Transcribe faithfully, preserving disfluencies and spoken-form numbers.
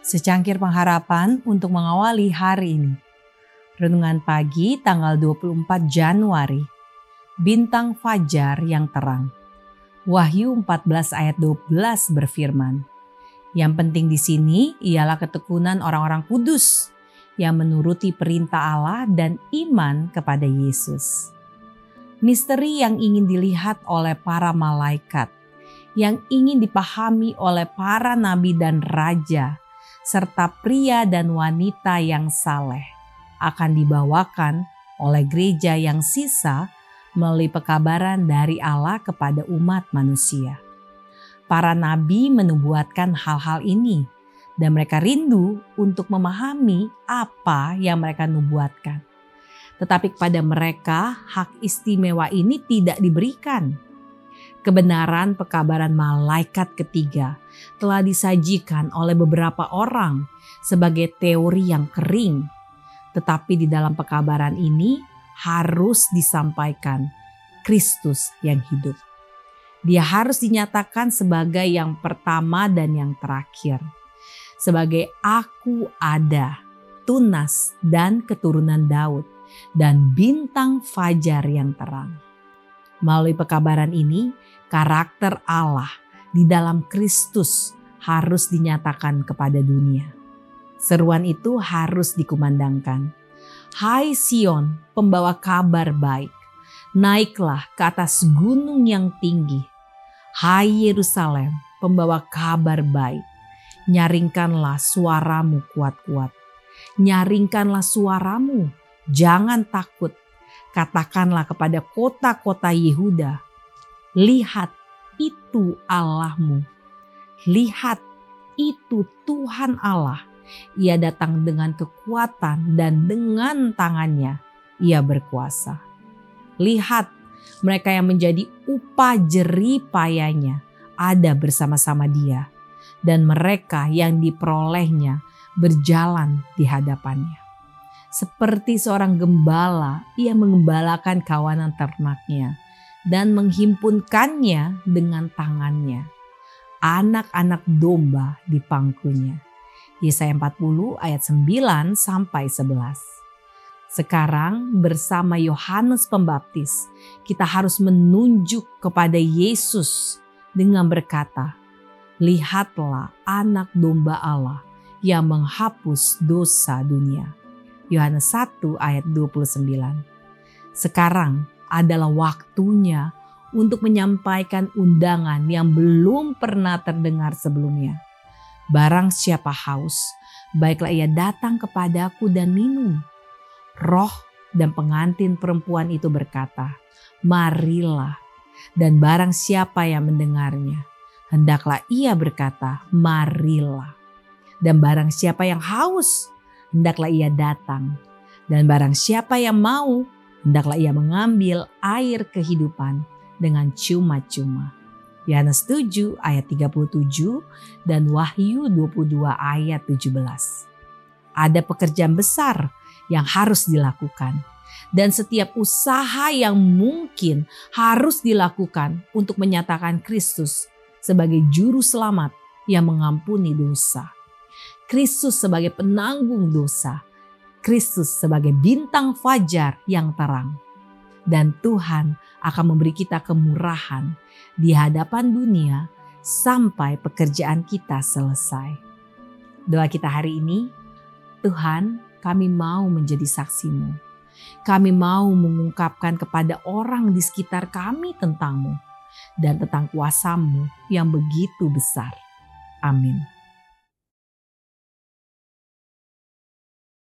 Secangkir pengharapan untuk mengawali hari ini. Renungan pagi tanggal dua puluh empat Januari. Bintang fajar yang terang. Wahyu empat belas ayat dua belas berfirman, yang penting di sini ialah ketekunan orang-orang kudus yang menuruti perintah Allah dan iman kepada Yesus. Misteri yang ingin dilihat oleh para malaikat, yang ingin dipahami oleh para nabi dan raja, serta pria dan wanita yang saleh, akan dibawakan oleh gereja yang sisa melalui pekabaran dari Allah kepada umat manusia. Para nabi menubuatkan hal-hal ini, dan mereka rindu untuk memahami apa yang mereka nubuatkan. Tetapi kepada mereka hak istimewa ini tidak diberikan. Kebenaran pekabaran malaikat ketiga telah disajikan oleh beberapa orang sebagai teori yang kering. Tetapi di dalam pekabaran ini harus disampaikan Kristus yang hidup. Dia harus dinyatakan sebagai yang pertama dan yang terakhir. Sebagai aku ada, tunas dan keturunan Daud, dan bintang fajar yang terang. Melalui pekabaran ini, karakter Allah di dalam Kristus harus dinyatakan kepada dunia. Seruan itu harus dikumandangkan. Hai Sion, pembawa kabar baik, naiklah ke atas gunung yang tinggi. Hai Yerusalem, pembawa kabar baik, nyaringkanlah suaramu kuat-kuat. Nyaringkanlah suaramu, jangan takut. Katakanlah kepada kota-kota Yehuda, lihat itu Allahmu. Lihat itu Tuhan Allah. Ia datang dengan kekuatan dan dengan tangannya ia berkuasa. Lihat mereka yang menjadi upah jerih payahnya ada bersama-sama dia. Dan mereka yang diperolehnya berjalan di hadapannya. Seperti seorang gembala, ia mengembalakan kawanan ternaknya dan menghimpunkannya dengan tangannya. Anak-anak domba di pangkunya. Yesaya empat puluh ayat sembilan sampai sebelas. Sekarang bersama Yohanes Pembaptis, kita harus menunjuk kepada Yesus dengan berkata, lihatlah anak domba Allah yang menghapus dosa dunia. Yohanes satu ayat dua puluh sembilan. Sekarang adalah waktunya untuk menyampaikan undangan yang belum pernah terdengar sebelumnya. Barang siapa haus, baiklah ia datang kepadaku dan minum. Roh dan pengantin perempuan itu berkata, marilah. Dan barang siapa yang mendengarnya, hendaklah ia berkata, marilah. Dan barang siapa yang haus, hendaklah ia datang. Dan barang siapa yang mau, hendaklah ia mengambil air kehidupan dengan cuma-cuma. Yohanes tujuh ayat tiga puluh tujuh dan Wahyu dua puluh dua ayat tujuh belas. Ada pekerjaan besar yang harus dilakukan. Dan setiap usaha yang mungkin harus dilakukan untuk menyatakan Kristus sebagai juru selamat yang mengampuni dosa. Kristus sebagai penanggung dosa. Kristus sebagai bintang fajar yang terang. Dan Tuhan akan memberi kita kemurahan di hadapan dunia sampai pekerjaan kita selesai. Doa kita hari ini, Tuhan, kami mau menjadi saksi-Mu. Kami mau mengungkapkan kepada orang di sekitar kami tentang-Mu dan tentang kuasa-Mu yang begitu besar. Amin.